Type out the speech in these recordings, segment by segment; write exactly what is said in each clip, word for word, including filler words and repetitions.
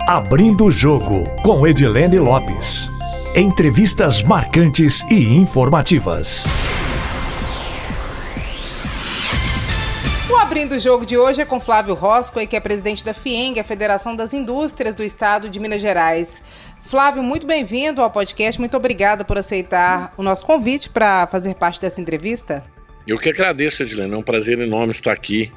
Abrindo o Jogo, com Edilene Lopes. Entrevistas marcantes e informativas. O Abrindo o Jogo de hoje é com Flávio Roscoe, que é presidente da FIENG, a Federação das Indústrias do Estado de Minas Gerais. Flávio, muito bem-vindo ao podcast. Muito obrigada por aceitar o nosso convite para fazer parte dessa entrevista. Eu que agradeço, Edilene. É um prazer enorme estar aqui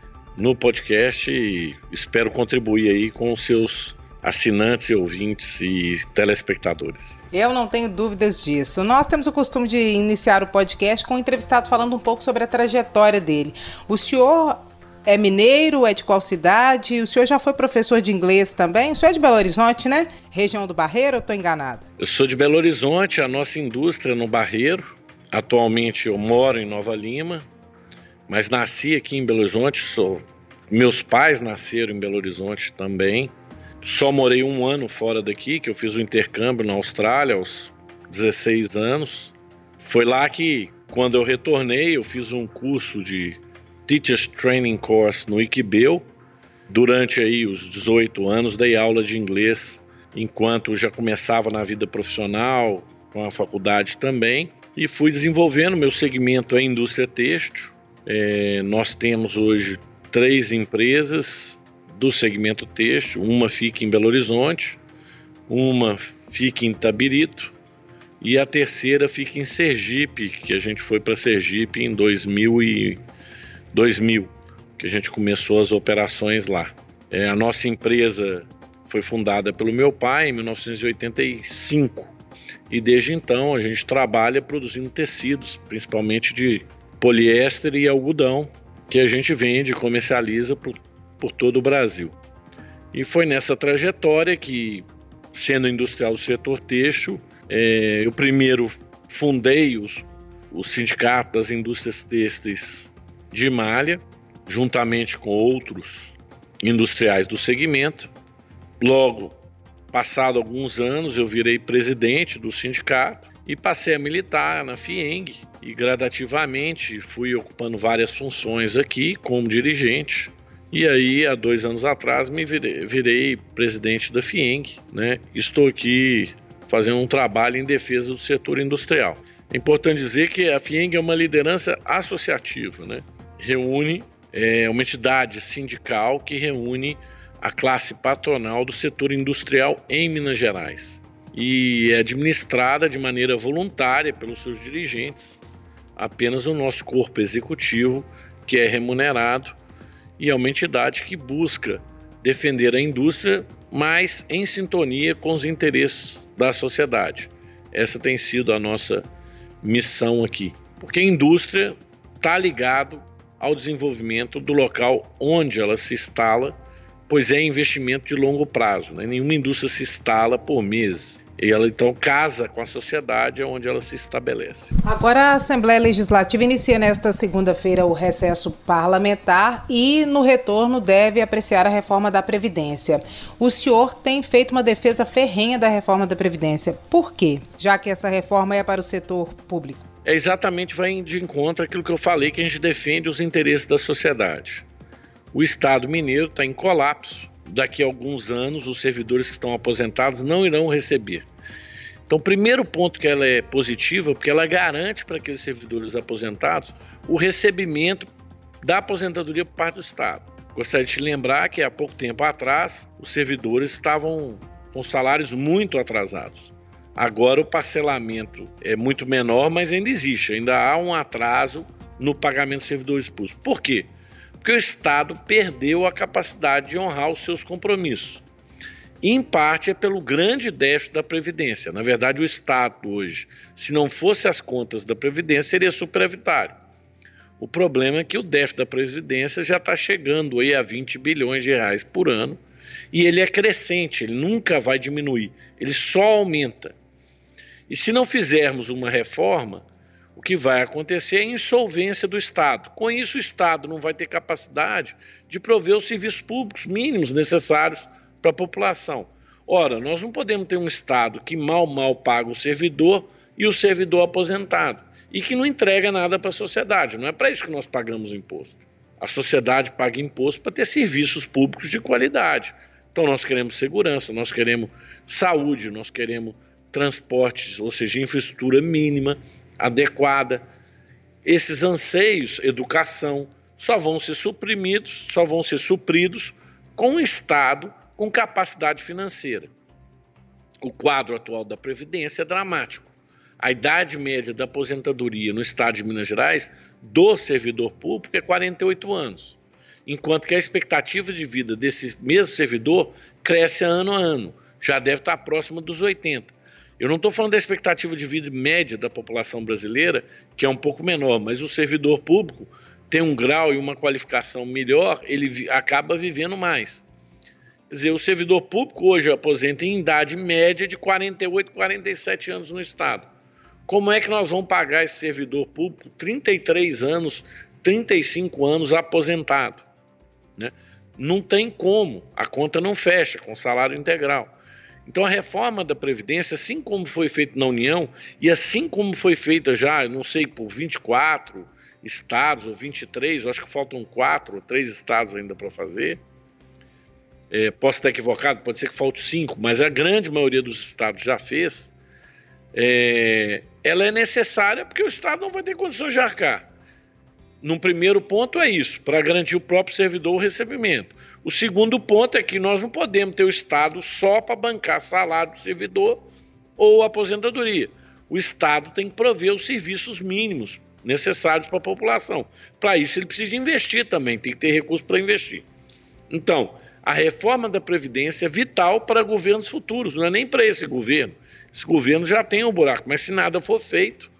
no podcast e espero contribuir aí com os seus assinantes, ouvintes e telespectadores. Eu não tenho dúvidas disso. Nós temos o costume de iniciar o podcast com o entrevistado falando um pouco sobre a trajetória dele. O senhor é mineiro, é de qual cidade? O senhor já foi professor de inglês também? O senhor é de Belo Horizonte, né? Região do Barreiro, ou estou enganado? Eu sou de Belo Horizonte, a nossa indústria é no Barreiro. Atualmente eu moro em Nova Lima, mas nasci aqui em Belo Horizonte. Sou... Meus pais nasceram em Belo Horizonte também. Só morei um ano fora daqui, que eu fiz o intercâmbio na Austrália aos dezesseis anos. Foi lá que, quando eu retornei, eu fiz um curso de Teachers Training Course no IQBEL. Durante aí os dezoito anos, dei aula de inglês, enquanto já começava na vida profissional, com a faculdade também. E fui desenvolvendo meu segmento em indústria têxtil. É, nós temos hoje três empresas do segmento têxtil, uma fica em Belo Horizonte, uma fica em Itabirito e a terceira fica em Sergipe, que a gente foi para Sergipe em dois mil, e... dois mil, que a gente começou as operações lá. É, a nossa empresa foi fundada pelo meu pai em mil novecentos e oitenta e cinco e desde então a gente trabalha produzindo tecidos, principalmente de poliéster e algodão, que a gente vende e comercializa por por todo o Brasil. E foi nessa trajetória que, sendo industrial do setor têxtil, é, eu primeiro fundei os, o Sindicato das Indústrias Têxteis de Malha, juntamente com outros industriais do segmento. Logo, passado alguns anos, eu virei presidente do sindicato e passei a militar na FIENG e gradativamente fui ocupando várias funções aqui como dirigente. E aí, há dois anos atrás, me virei, virei presidente da FIENG, né? Estou aqui fazendo um trabalho em defesa do setor industrial. É importante dizer que a FIENG é uma liderança associativa, né? Reúne, é uma entidade sindical que reúne a classe patronal do setor industrial em Minas Gerais. E é administrada de maneira voluntária pelos seus dirigentes. Apenas o nosso corpo executivo, que é remunerado, e é uma entidade que busca defender a indústria, mas em sintonia com os interesses da sociedade. Essa tem sido a nossa missão aqui, porque a indústria está ligado ao desenvolvimento do local onde ela se instala, pois é investimento de longo prazo, né? Nenhuma indústria se instala por meses. E ela então casa com a sociedade onde ela se estabelece. Agora a Assembleia Legislativa inicia nesta segunda-feira o recesso parlamentar e no retorno deve apreciar a reforma da Previdência. O senhor tem feito uma defesa ferrenha da reforma da Previdência. Por quê? Já que essa reforma é para o setor público. É exatamente, vai de encontro àquilo que eu falei, que a gente defende os interesses da sociedade. O Estado mineiro está em colapso. Daqui a alguns anos, os servidores que estão aposentados não irão receber. Então, o primeiro ponto que ela é positiva, porque ela garante para aqueles servidores aposentados o recebimento da aposentadoria por parte do Estado. Gostaria de te lembrar que há pouco tempo atrás, os servidores estavam com salários muito atrasados. Agora o parcelamento é muito menor, mas ainda existe, ainda há um atraso no pagamento dos servidores públicos. Por quê? Porque o Estado perdeu a capacidade de honrar os seus compromissos. E, em parte, é pelo grande déficit da Previdência. Na verdade, o Estado hoje, se não fosse as contas da Previdência, seria superavitário. O problema é que o déficit da Previdência já está chegando aí a vinte bilhões de reais por ano e ele é crescente, ele nunca vai diminuir, ele só aumenta. E se não fizermos uma reforma, o que vai acontecer é a insolvência do Estado. Com isso, o Estado não vai ter capacidade de prover os serviços públicos mínimos necessários para a população. Ora, nós não podemos ter um Estado que mal, mal paga o servidor e o servidor aposentado e que não entrega nada para a sociedade. Não é para isso que nós pagamos o imposto. A sociedade paga imposto para ter serviços públicos de qualidade, Então nós queremos segurança, nós queremos saúde, nós queremos transportes, ou seja, infraestrutura mínima, adequada. Esses anseios, educação, só vão ser suprimidos, só vão ser supridos com um Estado com capacidade financeira. O quadro atual da Previdência é dramático. A idade média da aposentadoria no estado de Minas Gerais do servidor público é quarenta e oito anos, enquanto que a expectativa de vida desse mesmo servidor cresce ano a ano, já deve estar próximo dos oitenta. Eu não estou falando da expectativa de vida média da população brasileira, que é um pouco menor, mas o servidor público tem um grau e uma qualificação melhor, ele acaba vivendo mais. Quer dizer, o servidor público hoje aposenta em idade média de quarenta e oito, quarenta e sete anos no estado. Como é que nós vamos pagar esse servidor público trinta e três anos, trinta e cinco anos aposentado? Né? Não tem como, a conta não fecha com salário integral. Então a reforma da Previdência, assim como foi feita na União, e assim como foi feita já, eu não sei, por vinte e quatro estados, ou vinte e três, eu acho que faltam quatro ou três estados ainda para fazer. É, posso estar equivocado, pode ser que falte cinco, mas a grande maioria dos estados já fez. É, ela é necessária porque o Estado não vai ter condições de arcar. Num primeiro ponto é isso, para garantir o próprio servidor o recebimento. O segundo ponto é que nós não podemos ter o Estado só para bancar salário do servidor ou aposentadoria. O Estado tem que prover os serviços mínimos necessários para a população. Para isso ele precisa investir também, tem que ter recursos para investir. Então, a reforma da Previdência é vital para governos futuros, não é nem para esse governo. Esse governo já tem um buraco, mas se nada for feito,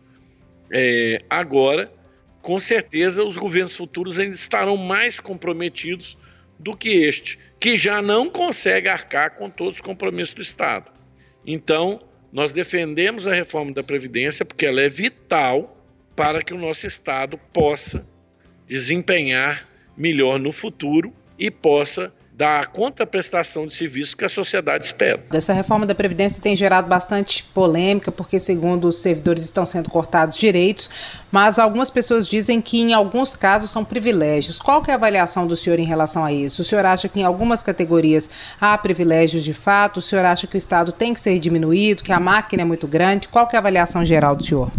é, agora, com certeza, os governos futuros ainda estarão mais comprometidos do que este, que já não consegue arcar com todos os compromissos do Estado. Então, nós defendemos a reforma da Previdência porque ela é vital para que o nosso Estado possa desempenhar melhor no futuro e possa da contraprestação de serviços que a sociedade espera. Essa reforma da Previdência tem gerado bastante polêmica, porque, segundo os servidores, estão sendo cortados direitos, mas algumas pessoas dizem que, em alguns casos, são privilégios. Qual que é a avaliação do senhor em relação a isso? O senhor acha que, em algumas categorias, há privilégios de fato? O senhor acha que o Estado tem que ser diminuído, que a máquina é muito grande? Qual que é a avaliação geral do senhor?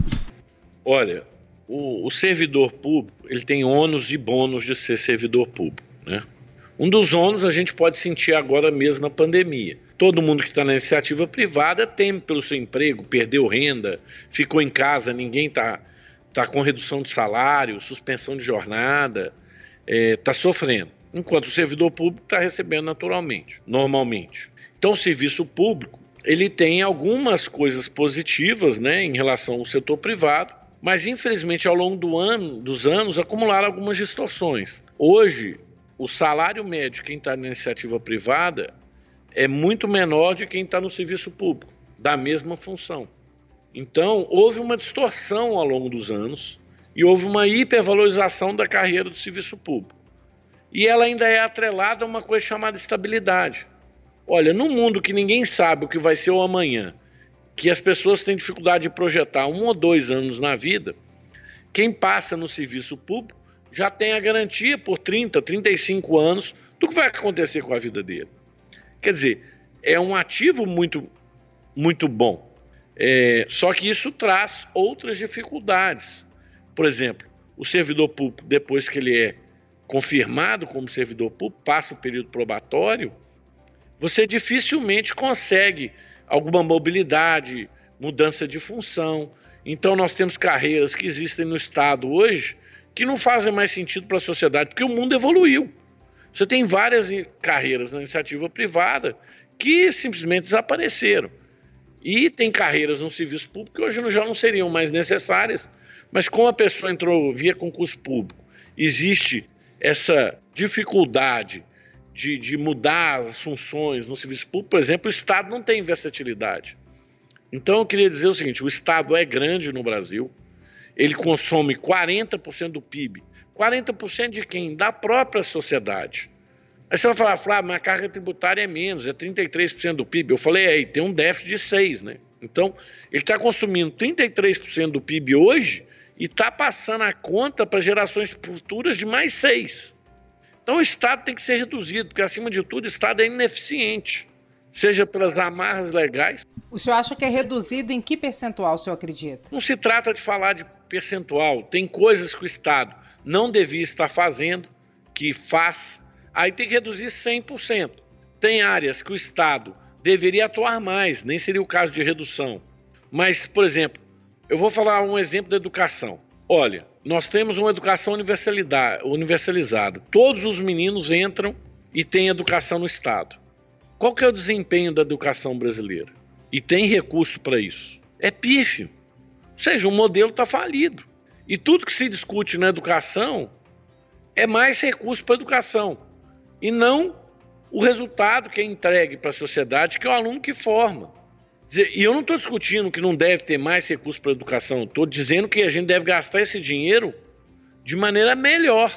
Olha, o, o servidor público, ele tem ônus e bônus de ser servidor público, né? Um dos ônus a gente pode sentir agora mesmo na pandemia. Todo mundo que está na iniciativa privada teme pelo seu emprego, perdeu renda, ficou em casa, ninguém está tá com redução de salário, suspensão de jornada, está é, sofrendo. Enquanto o servidor público está recebendo naturalmente, normalmente. Então o serviço público, ele tem algumas coisas positivas, né, em relação ao setor privado, mas infelizmente ao longo do ano, dos anos acumularam algumas distorções. Hoje, o salário médio de quem está na iniciativa privada é muito menor de quem está no serviço público, da mesma função. Então, houve uma distorção ao longo dos anos e houve uma hipervalorização da carreira do serviço público. E ela ainda é atrelada a uma coisa chamada estabilidade. Olha, num mundo que ninguém sabe o que vai ser o amanhã, que as pessoas têm dificuldade de projetar um ou dois anos na vida, quem passa no serviço público já tem a garantia por trinta, trinta e cinco anos do que vai acontecer com a vida dele. Quer dizer, é um ativo muito, muito bom. É, só que isso traz outras dificuldades. Por exemplo, o servidor público, depois que ele é confirmado como servidor público, passa o período probatório, você dificilmente consegue alguma mobilidade, mudança de função. Então nós temos carreiras que existem no Estado hoje que não fazem mais sentido para a sociedade, porque o mundo evoluiu. Você tem várias carreiras na iniciativa privada que simplesmente desapareceram. E tem carreiras no serviço público que hoje já não seriam mais necessárias, mas como a pessoa entrou via concurso público, existe essa dificuldade de, de mudar as funções no serviço público. Por exemplo, o Estado não tem versatilidade. Então eu queria dizer o seguinte, o Estado é grande no Brasil, ele consome quarenta por cento do P I B. quarenta por cento de quem? Da própria sociedade. Aí você vai falar, Flávio, mas a carga tributária é menos, é trinta e três por cento do P I B. Eu falei, aí, tem um déficit de seis por cento, né? Então, ele está consumindo trinta e três por cento do P I B hoje e está passando a conta para gerações futuras de mais seis por cento. Então o Estado tem que ser reduzido, porque acima de tudo o Estado é ineficiente, seja pelas amarras legais. O senhor acha que é reduzido em que percentual, o senhor acredita? Não se trata de falar de percentual, tem coisas que o Estado não devia estar fazendo, que faz, aí tem que reduzir cem por cento. Tem áreas que o Estado deveria atuar mais, nem seria o caso de redução. Mas, por exemplo, eu vou falar um exemplo da educação. Olha, nós temos uma educação universalizada. Todos os meninos entram e têm educação no Estado. Qual que é o desempenho da educação brasileira? E tem recurso para isso? É pífio. Ou seja, o modelo está falido. E tudo que se discute na educação é mais recurso para a educação. E não o resultado que é entregue para a sociedade, que é o aluno que forma. E eu não estou discutindo que não deve ter mais recurso para a educação. Estou dizendo que a gente deve gastar esse dinheiro de maneira melhor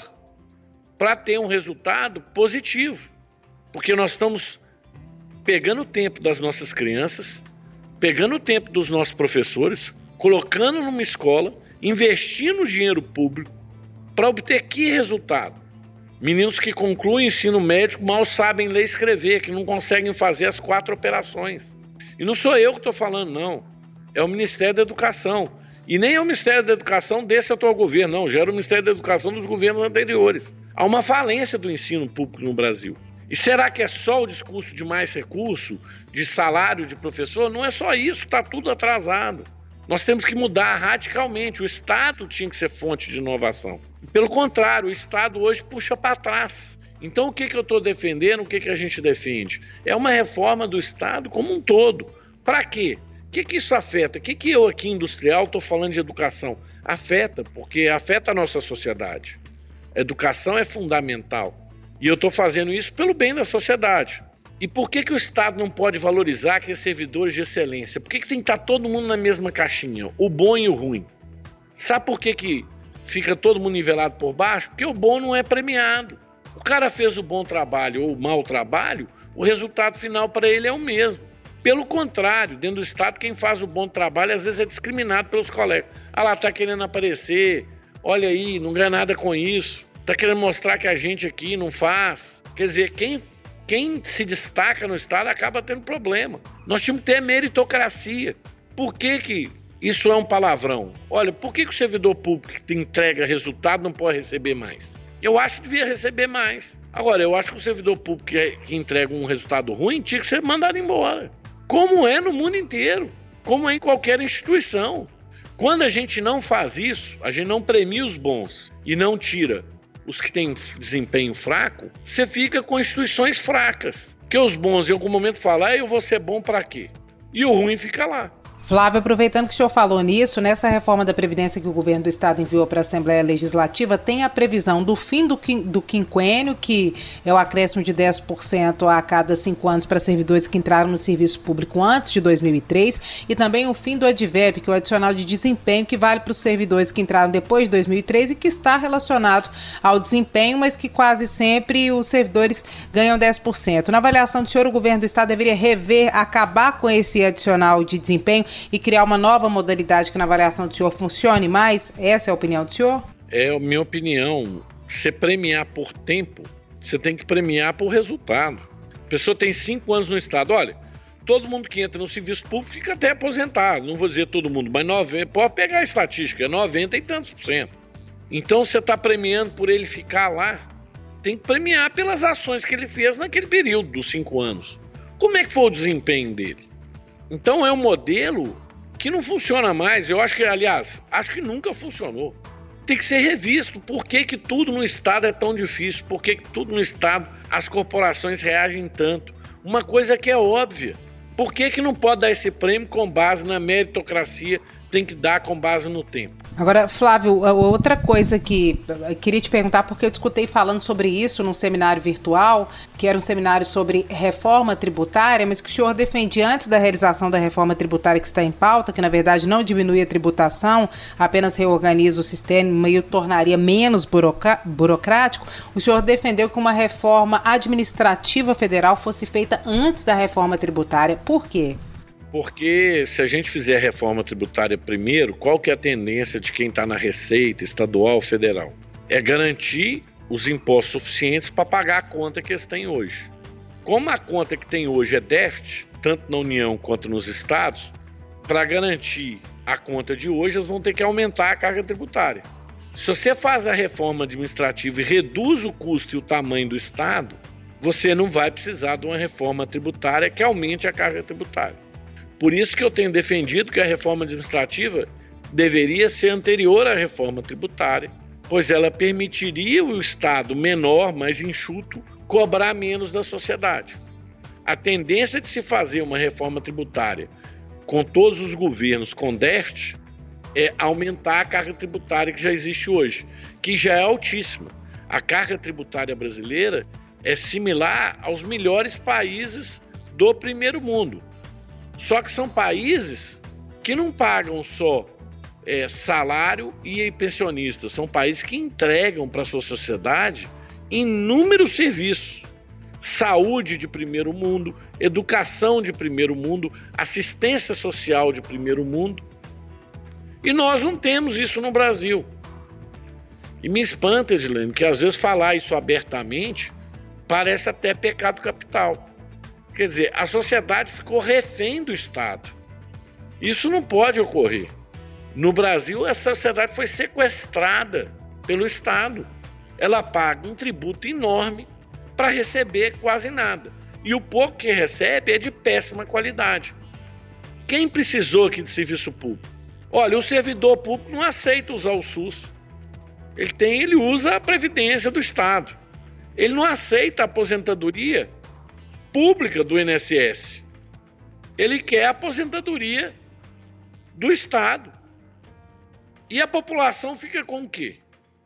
para ter um resultado positivo. Porque nós estamos pegando o tempo das nossas crianças, pegando o tempo dos nossos professores, colocando numa escola, investindo dinheiro público para obter que resultado? Meninos que concluem ensino médio mal sabem ler e escrever, que não conseguem fazer as quatro operações. E não sou eu que estou falando, não. É o Ministério da Educação. E nem é o Ministério da Educação desse atual governo, não. Já era o Ministério da Educação dos governos anteriores. Há uma falência do ensino público no Brasil. E será que é só o discurso de mais recurso, de salário de professor? Não é só isso, está tudo atrasado. Nós temos que mudar radicalmente. O Estado tinha que ser fonte de inovação. Pelo contrário, o Estado hoje puxa para trás. Então o que, que eu estou defendendo, o que, que a gente defende? É uma reforma do Estado como um todo. Para quê? O que, que isso afeta? O que, que eu aqui, industrial, estou falando de educação? Afeta, porque afeta a nossa sociedade. A educação é fundamental. E eu estou fazendo isso pelo bem da sociedade. E por que, que o Estado não pode valorizar aqueles servidores de excelência? Por que, que tem que estar todo mundo na mesma caixinha? O bom e o ruim. Sabe por que, que fica todo mundo nivelado por baixo? Porque o bom não é premiado. O cara fez o bom trabalho ou o mau trabalho, o resultado final para ele é o mesmo. Pelo contrário, dentro do Estado, quem faz o bom trabalho às vezes é discriminado pelos colegas. Ah lá, tá querendo aparecer, olha aí, não ganha nada com isso. Tá querendo mostrar que a gente aqui não faz. Quer dizer, quem, quem se destaca no Estado acaba tendo problema. Nós tínhamos que ter meritocracia. Por que que isso é um palavrão? Olha, por que que o servidor público que entrega resultado não pode receber mais? Eu acho que devia receber mais. Agora, eu acho que o servidor público que, que entrega um resultado ruim tinha que ser mandado embora. Como é no mundo inteiro. Como é em qualquer instituição. Quando a gente não faz isso, a gente não premia os bons e não tira os que têm desempenho fraco, você fica com instituições fracas. Porque os bons em algum momento falam, ah, eu vou ser bom para quê? E o ruim fica lá. Flávio, aproveitando que o senhor falou nisso, nessa reforma da Previdência que o governo do Estado enviou para a Assembleia Legislativa, tem a previsão do fim do, quin, do quinquênio, que é o acréscimo de dez por cento a cada cinco anos para servidores que entraram no serviço público antes de dois mil e três, e também o fim do ADVEP, que é o adicional de desempenho, que vale para os servidores que entraram depois de dois mil e três e que está relacionado ao desempenho, mas que quase sempre os servidores ganham dez por cento. Na avaliação do senhor, o governo do Estado deveria rever, acabar com esse adicional de desempenho e criar uma nova modalidade que na avaliação do senhor funcione mais? Essa é a opinião do senhor? É a minha opinião. Você premiar por tempo, você tem que premiar por resultado. A pessoa tem cinco anos no Estado. Olha, todo mundo que entra no serviço público fica até aposentado. Não vou dizer todo mundo, mas noventa, pode pegar a estatística, noventa e tantos por cento. Então você está premiando por ele ficar lá. Tem que premiar pelas ações que ele fez naquele período dos cinco anos. Como é que foi o desempenho dele? Então é um modelo que não funciona mais. Eu acho que, aliás, acho que nunca funcionou. Tem que ser revisto. Por que que tudo no Estado é tão difícil? Por que que tudo no Estado as corporações reagem tanto? Uma coisa que é óbvia. Por que que não pode dar esse prêmio com base na meritocracia? Tem que dar com base no tempo. Agora, Flávio, outra coisa que eu queria te perguntar, porque eu escutei falando sobre isso num seminário virtual, que era um seminário sobre reforma tributária, mas que o senhor defendia antes da realização da reforma tributária que está em pauta, que na verdade não diminui a tributação, apenas reorganiza o sistema e o tornaria menos burocrático. O senhor defendeu que uma reforma administrativa federal fosse feita antes da reforma tributária. Por quê? Porque se a gente fizer a reforma tributária primeiro, qual que é a tendência de quem está na Receita, estadual, federal? É garantir os impostos suficientes para pagar a conta que eles têm hoje. Como a conta que tem hoje é déficit, tanto na União quanto nos estados, para garantir a conta de hoje, eles vão ter que aumentar a carga tributária. Se você faz a reforma administrativa e reduz o custo e o tamanho do Estado, você não vai precisar de uma reforma tributária que aumente a carga tributária. Por isso que eu tenho defendido que a reforma administrativa deveria ser anterior à reforma tributária, pois ela permitiria o Estado menor, mais enxuto, cobrar menos da sociedade. A tendência de se fazer uma reforma tributária com todos os governos com déficit é aumentar a carga tributária que já existe hoje, que já é altíssima. A carga tributária brasileira é similar aos melhores países do primeiro mundo. Só que são países que não pagam só é, salário e pensionistas, são países que entregam para a sua sociedade inúmeros serviços. Saúde de primeiro mundo, educação de primeiro mundo, assistência social de primeiro mundo. E nós não temos isso no Brasil. E me espanta, Edilene, que às vezes falar isso abertamente parece até pecado capital. Quer dizer, a sociedade ficou refém do Estado. Isso não pode ocorrer. No Brasil, a sociedade foi sequestrada pelo Estado. Ela paga um tributo enorme para receber quase nada. E o pouco que recebe é de péssima qualidade. Quem precisou aqui de serviço público? Olha, o servidor público não aceita usar o SUS. Ele tem, ele usa a Previdência do Estado. Ele não aceita a aposentadoria pública do I N S S. Ele quer a aposentadoria do Estado. E a população fica com o quê?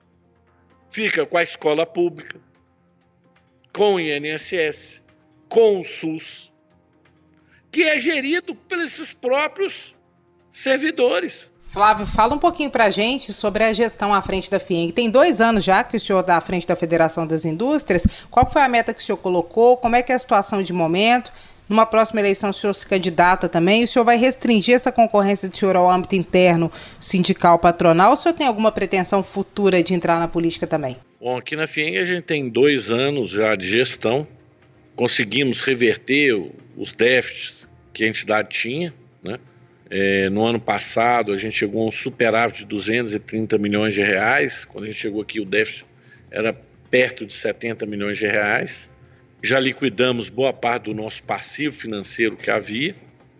Fica com a escola pública, com o I N S S, com o SUS, que é gerido pelos próprios servidores. Flávio, fala um pouquinho para a gente sobre a gestão à frente da FIENG. Tem dois anos já que o senhor está à frente da Federação das Indústrias. Qual foi a meta que o senhor colocou? Como é que é a situação de momento? Numa próxima eleição o senhor se candidata também? O senhor vai restringir essa concorrência do senhor ao âmbito interno, sindical, patronal? Ou o senhor tem alguma pretensão futura de entrar na política também? Bom, aqui na FIENG a gente tem dois anos já de gestão. Conseguimos reverter os déficits que a entidade tinha, né? É, no ano passado a gente chegou a um superávit de duzentos e trinta milhões de reais. Quando a gente chegou aqui o déficit era perto de setenta milhões de reais. Já liquidamos boa parte do nosso passivo financeiro que havia.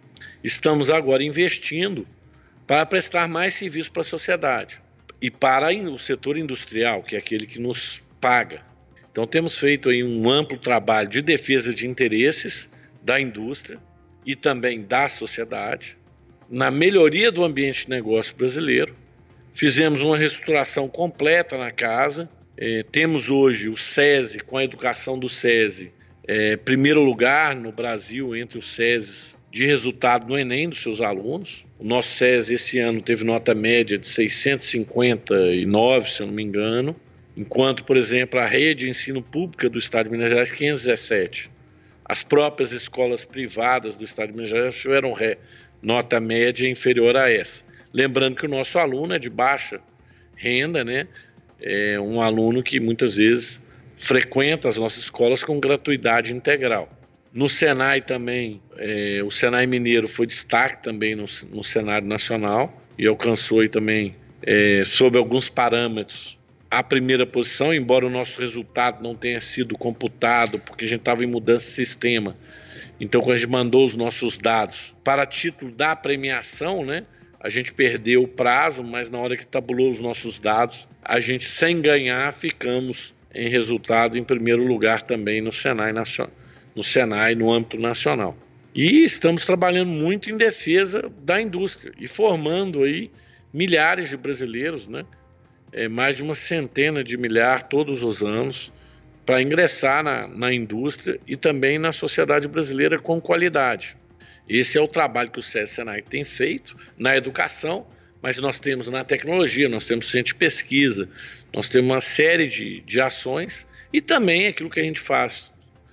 Estamos agora investindo para prestar mais serviço para a sociedade e para o setor industrial, que é aquele que nos paga. Então temos feito aí um amplo trabalho de defesa de interesses da indústria e também da sociedade, na melhoria do ambiente de negócio brasileiro. Fizemos uma reestruturação completa na casa. É, temos hoje o SESI, com a educação do SESI, é, primeiro lugar no Brasil entre os SESIs de resultado no Enem dos seus alunos. O nosso SESI esse ano teve nota média de seiscentos e cinquenta e nove, se eu não me engano, enquanto, por exemplo, a rede de ensino pública do Estado de Minas Gerais, quinhentos e dezessete. As próprias escolas privadas do Estado de Minas Gerais tiveram ré, nota média inferior a essa. Lembrando que o nosso aluno é de baixa renda, né? É um aluno que muitas vezes frequenta as nossas escolas com gratuidade integral. No Senai também, é, o Senai Mineiro foi destaque também no, no cenário nacional e alcançou aí também, é, sob alguns parâmetros, a primeira posição, embora o nosso resultado não tenha sido computado, porque a gente estava em mudança de sistema. Então, quando a gente mandou os nossos dados para título da premiação, né, a gente perdeu o prazo, mas na hora que tabulou os nossos dados, a gente, sem ganhar, ficamos em resultado em primeiro lugar também no Senai, no Senai, no âmbito nacional. E estamos trabalhando muito em defesa da indústria e formando aí milhares de brasileiros, né, é, mais de uma centena de milhares todos os anos, para ingressar na, na indústria e também na sociedade brasileira com qualidade. Esse é o trabalho que o SESI Senai tem feito na educação, mas nós temos na tecnologia, nós temos centro de pesquisa, nós temos uma série de, de ações e também aquilo que a gente faz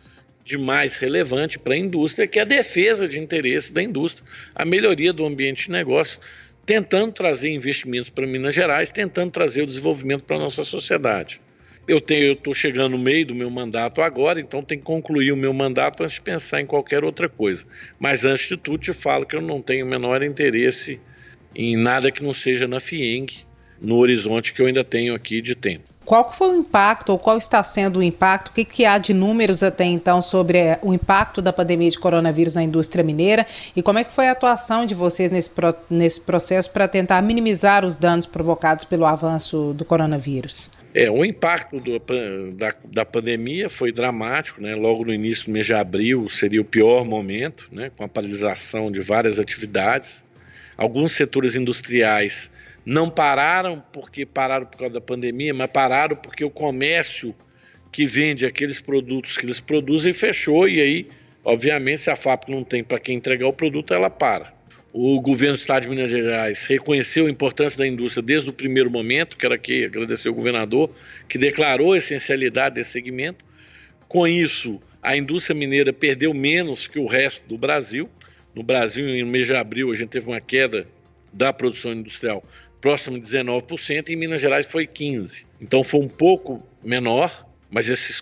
de mais relevante para a indústria, que é a defesa de interesses da indústria, a melhoria do ambiente de negócio, tentando trazer investimentos para Minas Gerais, tentando trazer o desenvolvimento para a nossa sociedade. Eu tenho, eu estou chegando no meio do meu mandato agora, então tenho que concluir o meu mandato antes de pensar em qualquer outra coisa. Mas antes de tudo te falo que eu não tenho o menor interesse em nada que não seja na FIENG, no horizonte que eu ainda tenho aqui de tempo. Qual que foi o impacto, ou qual está sendo o impacto, o que, que há de números até então sobre o impacto da pandemia de coronavírus na indústria mineira e como é que foi a atuação de vocês nesse, pro, nesse processo para tentar minimizar os danos provocados pelo avanço do coronavírus? É, o impacto do, da, da pandemia foi dramático, né? Logo no início do mês de abril seria o pior momento, né? Com a paralisação de várias atividades. Alguns setores industriais não pararam porque pararam por causa da pandemia, mas pararam porque o comércio que vende aqueles produtos que eles produzem fechou e aí, obviamente, se a fábrica não tem para quem entregar o produto, ela para. O governo do estado de Minas Gerais reconheceu a importância da indústria desde o primeiro momento, quero aqui agradecer ao governador, que declarou a essencialidade desse segmento. Com isso, a indústria mineira perdeu menos que o resto do Brasil. No Brasil, no mês de abril, a gente teve uma queda da produção industrial próximo de dezenove por cento, e em Minas Gerais foi quinze por cento. Então foi um pouco menor, mas esses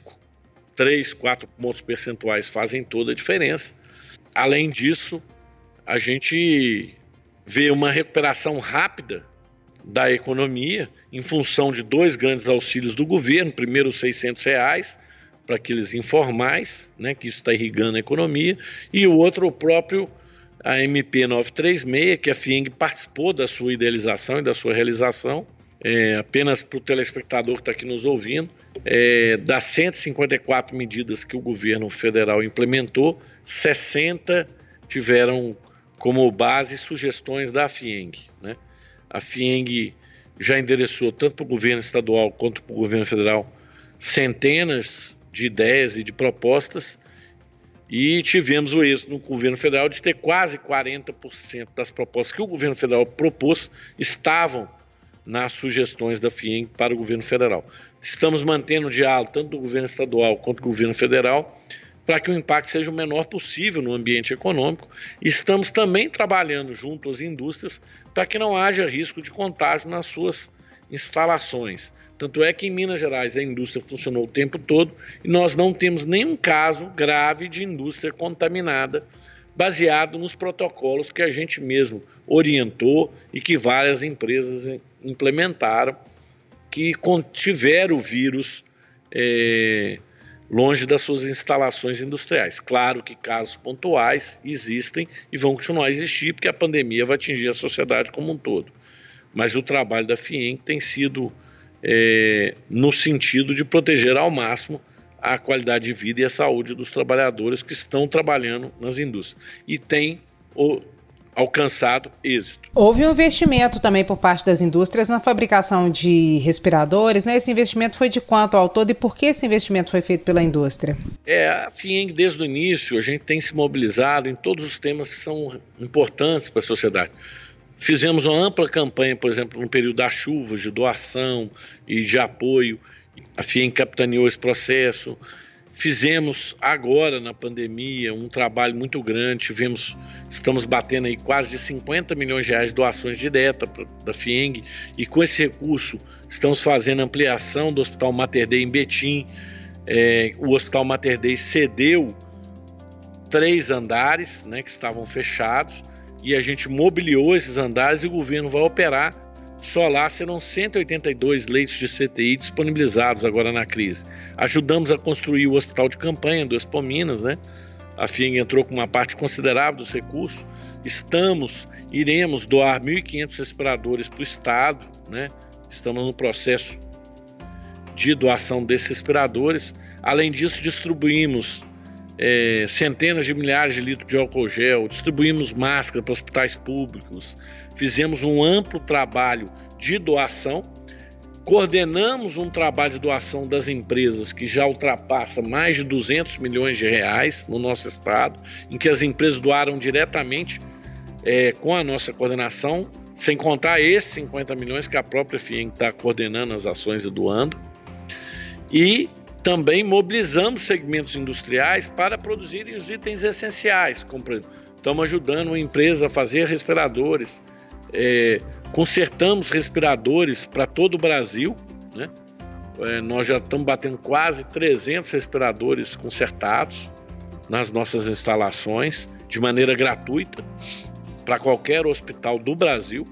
três, quatro pontos percentuais fazem toda a diferença. Além disso, a gente vê uma recuperação rápida da economia em função de dois grandes auxílios do governo. Primeiro, os seiscentos reais para aqueles informais, né, que isso está irrigando a economia, e o outro, o próprio a M P novecentos e trinta e seis, que a FIENG participou da sua idealização e da sua realização. É, apenas para o telespectador que está aqui nos ouvindo, é, das cento e cinquenta e quatro medidas que o governo federal implementou, sessenta tiveram como base sugestões da FIENG, né? A FIENG já endereçou tanto para o governo estadual quanto para o governo federal centenas de ideias e de propostas, e tivemos o êxito no governo federal de ter quase quarenta por cento das propostas que o governo federal propôs estavam nas sugestões da FIENG para o governo federal. Estamos mantendo o diálogo tanto do governo estadual quanto do governo federal para que o impacto seja o menor possível no ambiente econômico. E estamos também trabalhando junto às indústrias para que não haja risco de contágio nas suas instalações. Tanto é que em Minas Gerais a indústria funcionou o tempo todo e nós não temos nenhum caso grave de indústria contaminada, baseado nos protocolos que a gente mesmo orientou e que várias empresas implementaram, que tiveram o vírus é, longe das suas instalações industriais. Claro que casos pontuais existem e vão continuar a existir, porque a pandemia vai atingir a sociedade como um todo. Mas o trabalho da FIENG tem sido é, no sentido de proteger ao máximo a qualidade de vida e a saúde dos trabalhadores que estão trabalhando nas indústrias. E tem o, alcançado êxito. Houve um investimento também por parte das indústrias na fabricação de respiradores, né? Esse investimento foi de quanto ao todo e por que esse investimento foi feito pela indústria? É, a FIENG, desde o início, a gente tem se mobilizado em todos os temas que são importantes para a sociedade. Fizemos uma ampla campanha, por exemplo, no período das chuvas, de doação e de apoio. A FIENG capitaneou esse processo. Fizemos agora, na pandemia, um trabalho muito grande. Tivemos, estamos batendo aí quase de cinquenta milhões de reais de doações diretas da FIENG. E com esse recurso, estamos fazendo ampliação do Hospital Mater Dei em Betim. É, o Hospital Mater Dei cedeu três andares, né, que estavam fechados. E a gente mobiliou esses andares e o governo vai operar. Só lá serão cento e oitenta e dois leitos de C T I disponibilizados agora na crise. Ajudamos a construir o hospital de campanha do Expo Minas, né? A FIENG entrou com uma parte considerável dos recursos. Estamos, iremos doar mil e quinhentos respiradores para o Estado, né? Estamos no processo de doação desses respiradores. Além disso, distribuímos É, centenas de milhares de litros de álcool gel, distribuímos máscara para hospitais públicos, fizemos um amplo trabalho de doação, coordenamos um trabalho de doação das empresas que já ultrapassa mais de duzentos milhões de reais no nosso estado, em que as empresas doaram diretamente é, com a nossa coordenação, sem contar esses cinquenta milhões que a própria FIENG está coordenando as ações e doando. E também mobilizamos segmentos industriais para produzirem os itens essenciais. Estamos ajudando uma empresa a fazer respiradores, é, consertamos respiradores para todo o Brasil, né? é, nós já estamos batendo quase trezentos respiradores consertados nas nossas instalações, de maneira gratuita, para qualquer hospital do Brasil,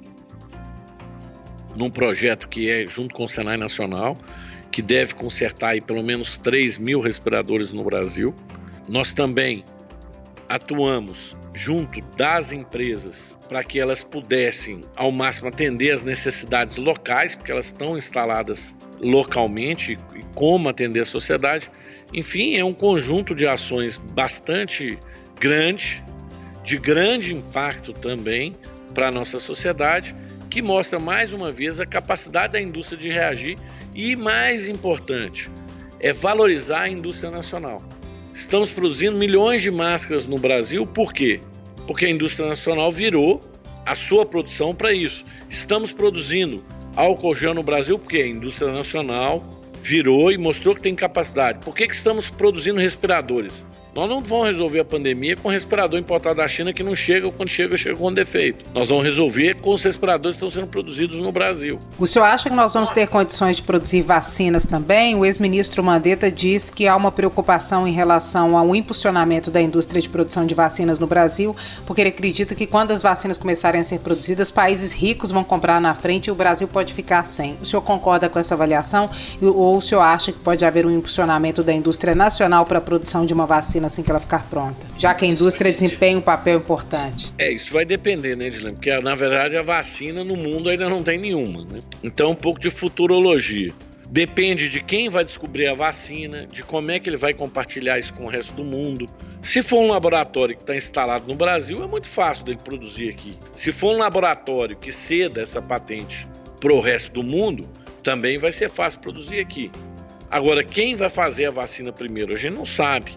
num projeto que é junto com o Senai Nacional, que deve consertar aí pelo menos três mil respiradores no Brasil. Nós também atuamos junto das empresas para que elas pudessem, ao máximo, atender as necessidades locais, porque elas estão instaladas localmente, e como atender a sociedade. Enfim, é um conjunto de ações bastante grande, de grande impacto também para a nossa sociedade, que mostra mais uma vez a capacidade da indústria de reagir e, mais importante, é valorizar a indústria nacional. Estamos produzindo milhões de máscaras no Brasil, por quê? Porque a indústria nacional virou a sua produção para isso. Estamos produzindo álcool gel no Brasil porque a indústria nacional virou e mostrou que tem capacidade. Por que que estamos produzindo respiradores? Nós não vamos resolver a pandemia com respirador importado da China que não chega, ou quando chega, chega com defeito. Nós vamos resolver com os respiradores que estão sendo produzidos no Brasil. O senhor acha que nós vamos ter condições de produzir vacinas também? O ex-ministro Mandetta diz que há uma preocupação em relação ao impulsionamento da indústria de produção de vacinas no Brasil, porque ele acredita que quando as vacinas começarem a ser produzidas, países ricos vão comprar na frente e o Brasil pode ficar sem. O senhor concorda com essa avaliação? Ou o senhor acha que pode haver um impulsionamento da indústria nacional para a produção de uma vacina assim que ela ficar pronta, já que a indústria desempenha um papel importante? É, isso vai depender, né, Edilene? Porque, na verdade, a vacina no mundo ainda não tem nenhuma, né? Então, um pouco de futurologia. Depende de quem vai descobrir a vacina, de como é que ele vai compartilhar isso com o resto do mundo. Se for um laboratório que está instalado no Brasil, é muito fácil dele produzir aqui. Se for um laboratório que ceda essa patente para o resto do mundo, também vai ser fácil produzir aqui. Agora, quem vai fazer a vacina primeiro? A gente não sabe.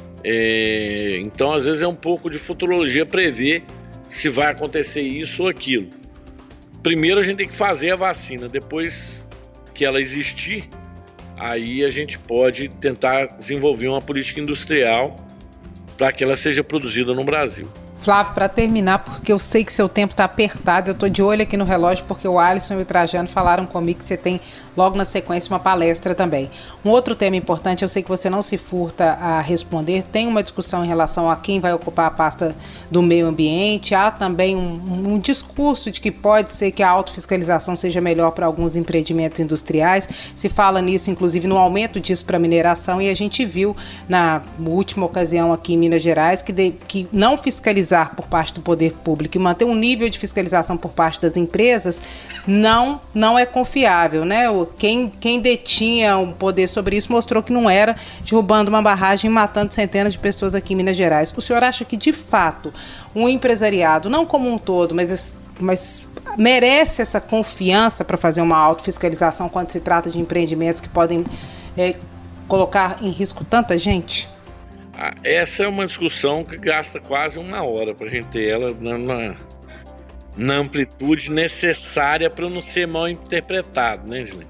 É, então, às vezes, é um pouco de futurologia prever se vai acontecer isso ou aquilo. Primeiro, a gente tem que fazer a vacina. Depois que ela existir, aí a gente pode tentar desenvolver uma política industrial para que ela seja produzida no Brasil. Flávio, para terminar, porque eu sei que seu tempo está apertado, eu estou de olho aqui no relógio porque o Alisson e o Trajano falaram comigo que você tem logo na sequência uma palestra também. Um outro tema importante, eu sei que você não se furta a responder, tem uma discussão em relação a quem vai ocupar a pasta do meio ambiente, há também um, um discurso de que pode ser que a autofiscalização seja melhor para alguns empreendimentos industriais, se fala nisso inclusive no aumento disso para mineração, e a gente viu na última ocasião aqui em Minas Gerais que, de, que não fiscalizar por parte do poder público e manter um nível de fiscalização por parte das empresas não, não é confiável, né? Quem, quem detinha o poder sobre isso mostrou que não era, derrubando uma barragem e matando centenas de pessoas aqui em Minas Gerais. O senhor acha que, de fato, um empresariado, não como um todo, mas, mas merece essa confiança para fazer uma autofiscalização quando se trata de empreendimentos que podem é, colocar em risco tanta gente? Ah, essa é uma discussão que gasta quase uma hora para a gente ter ela na, na, na amplitude necessária para não ser mal interpretado, né, Gilene?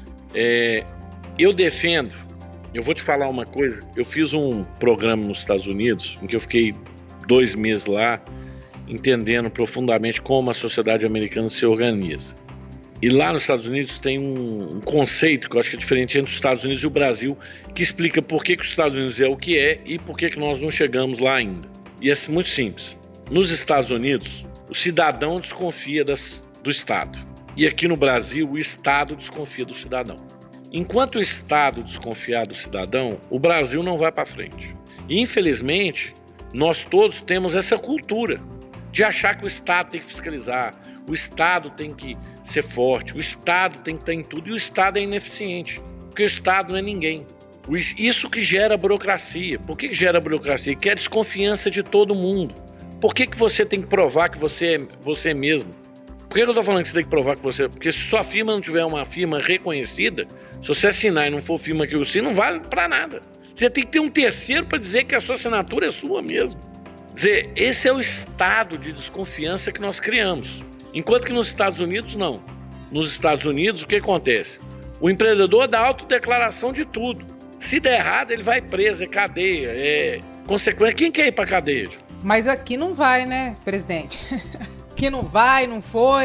É, eu defendo, eu vou te falar uma coisa, eu fiz um programa nos Estados Unidos, em que eu fiquei dois meses lá, entendendo profundamente como a sociedade americana se organiza. E lá nos Estados Unidos tem um, um conceito que eu acho que é diferente entre os Estados Unidos e o Brasil, que explica por que, que os Estados Unidos é o que é e por que, que nós não chegamos lá ainda. E é muito simples. Nos Estados Unidos, o cidadão desconfia das, do Estado. E aqui no Brasil, o Estado desconfia do cidadão. Enquanto o Estado desconfiar do cidadão, o Brasil não vai para frente. E, infelizmente, nós todos temos essa cultura de achar que o Estado tem que fiscalizar, o Estado tem que ser forte, o Estado tem que estar em tudo, e o Estado é ineficiente, porque o Estado não é ninguém. Isso que gera burocracia. Por que gera burocracia? Que é a desconfiança de todo mundo. Por que, que você tem que provar que você é você mesmo? Por que eu estou falando que você tem que provar que você... Porque se sua firma não tiver uma firma reconhecida, se você assinar e não for firma que eu assino, não vale para nada. Você tem que ter um terceiro para dizer que a sua assinatura é sua mesmo. Quer dizer, esse é o estado de desconfiança que nós criamos. Enquanto que nos Estados Unidos, não. Nos Estados Unidos, o que acontece? O empreendedor dá autodeclaração de tudo. Se der errado, ele vai preso, é cadeia, é consequência. Quem quer ir para cadeia? Mas aqui não vai, né, presidente? Aqui não vai, não foi.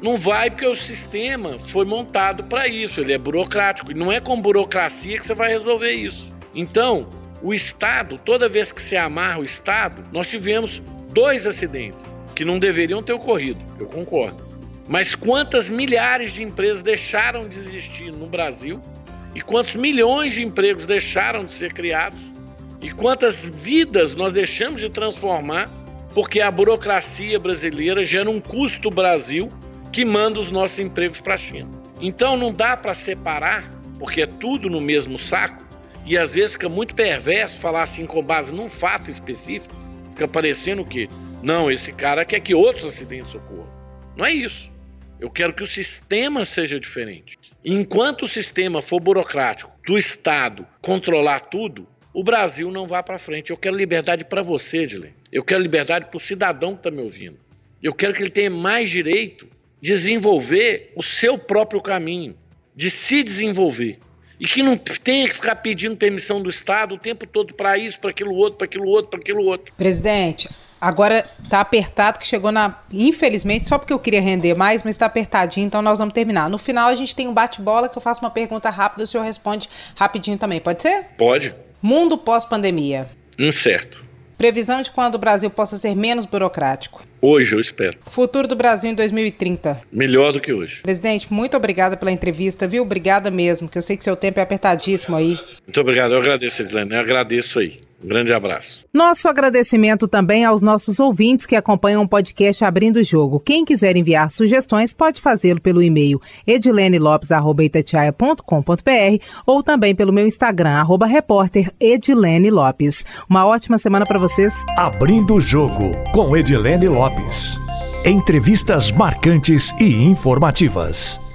Não vai, porque o sistema foi montado para isso, ele é burocrático. E não é com burocracia que você vai resolver isso. Então, o Estado, toda vez que você amarra o Estado, nós tivemos dois acidentes que não deveriam ter ocorrido, eu concordo. Mas quantas milhares de empresas deixaram de existir no Brasil e quantos milhões de empregos deixaram de ser criados e quantas vidas nós deixamos de transformar porque a burocracia brasileira gera um custo Brasil que manda os nossos empregos para a China. Então não dá para separar, porque é tudo no mesmo saco, e às vezes fica muito perverso falar assim com base num fato específico, fica parecendo o quê? Não, esse cara quer que outros acidentes ocorram. Não é isso. Eu quero que o sistema seja diferente. Enquanto o sistema for burocrático, do Estado controlar tudo, o Brasil não vai para frente. Eu quero liberdade para você, Edilene. Eu quero liberdade para o cidadão que está me ouvindo. Eu quero que ele tenha mais direito de desenvolver o seu próprio caminho, de se desenvolver. E que não tenha que ficar pedindo permissão do Estado o tempo todo para isso, para aquilo outro, para aquilo outro, para aquilo outro. Presidente, agora está apertado, que chegou na... Infelizmente, só porque eu queria render mais, mas está apertadinho, então nós vamos terminar. No final a gente tem um bate-bola que eu faço uma pergunta rápida, o senhor responde rapidinho também, pode ser? Pode. Mundo pós-pandemia. Incerto. Previsão de quando o Brasil possa ser menos burocrático. Hoje, eu espero. Futuro do Brasil em dois mil e trinta. Melhor do que hoje. Presidente, muito obrigada pela entrevista, viu? Obrigada mesmo, que eu sei que seu tempo é apertadíssimo aí. Muito obrigado, eu agradeço, Edilene, eu agradeço aí. Um grande abraço. Nosso agradecimento também aos nossos ouvintes que acompanham o podcast Abrindo o Jogo. Quem quiser enviar sugestões pode fazê-lo pelo e-mail edilene lopes arroba itatiaia ponto com ponto br ou também pelo meu Instagram, arroba repórter Edilene Lopes. Uma ótima semana para vocês. Abrindo o Jogo com Edilene Lopes. Entrevistas marcantes e informativas.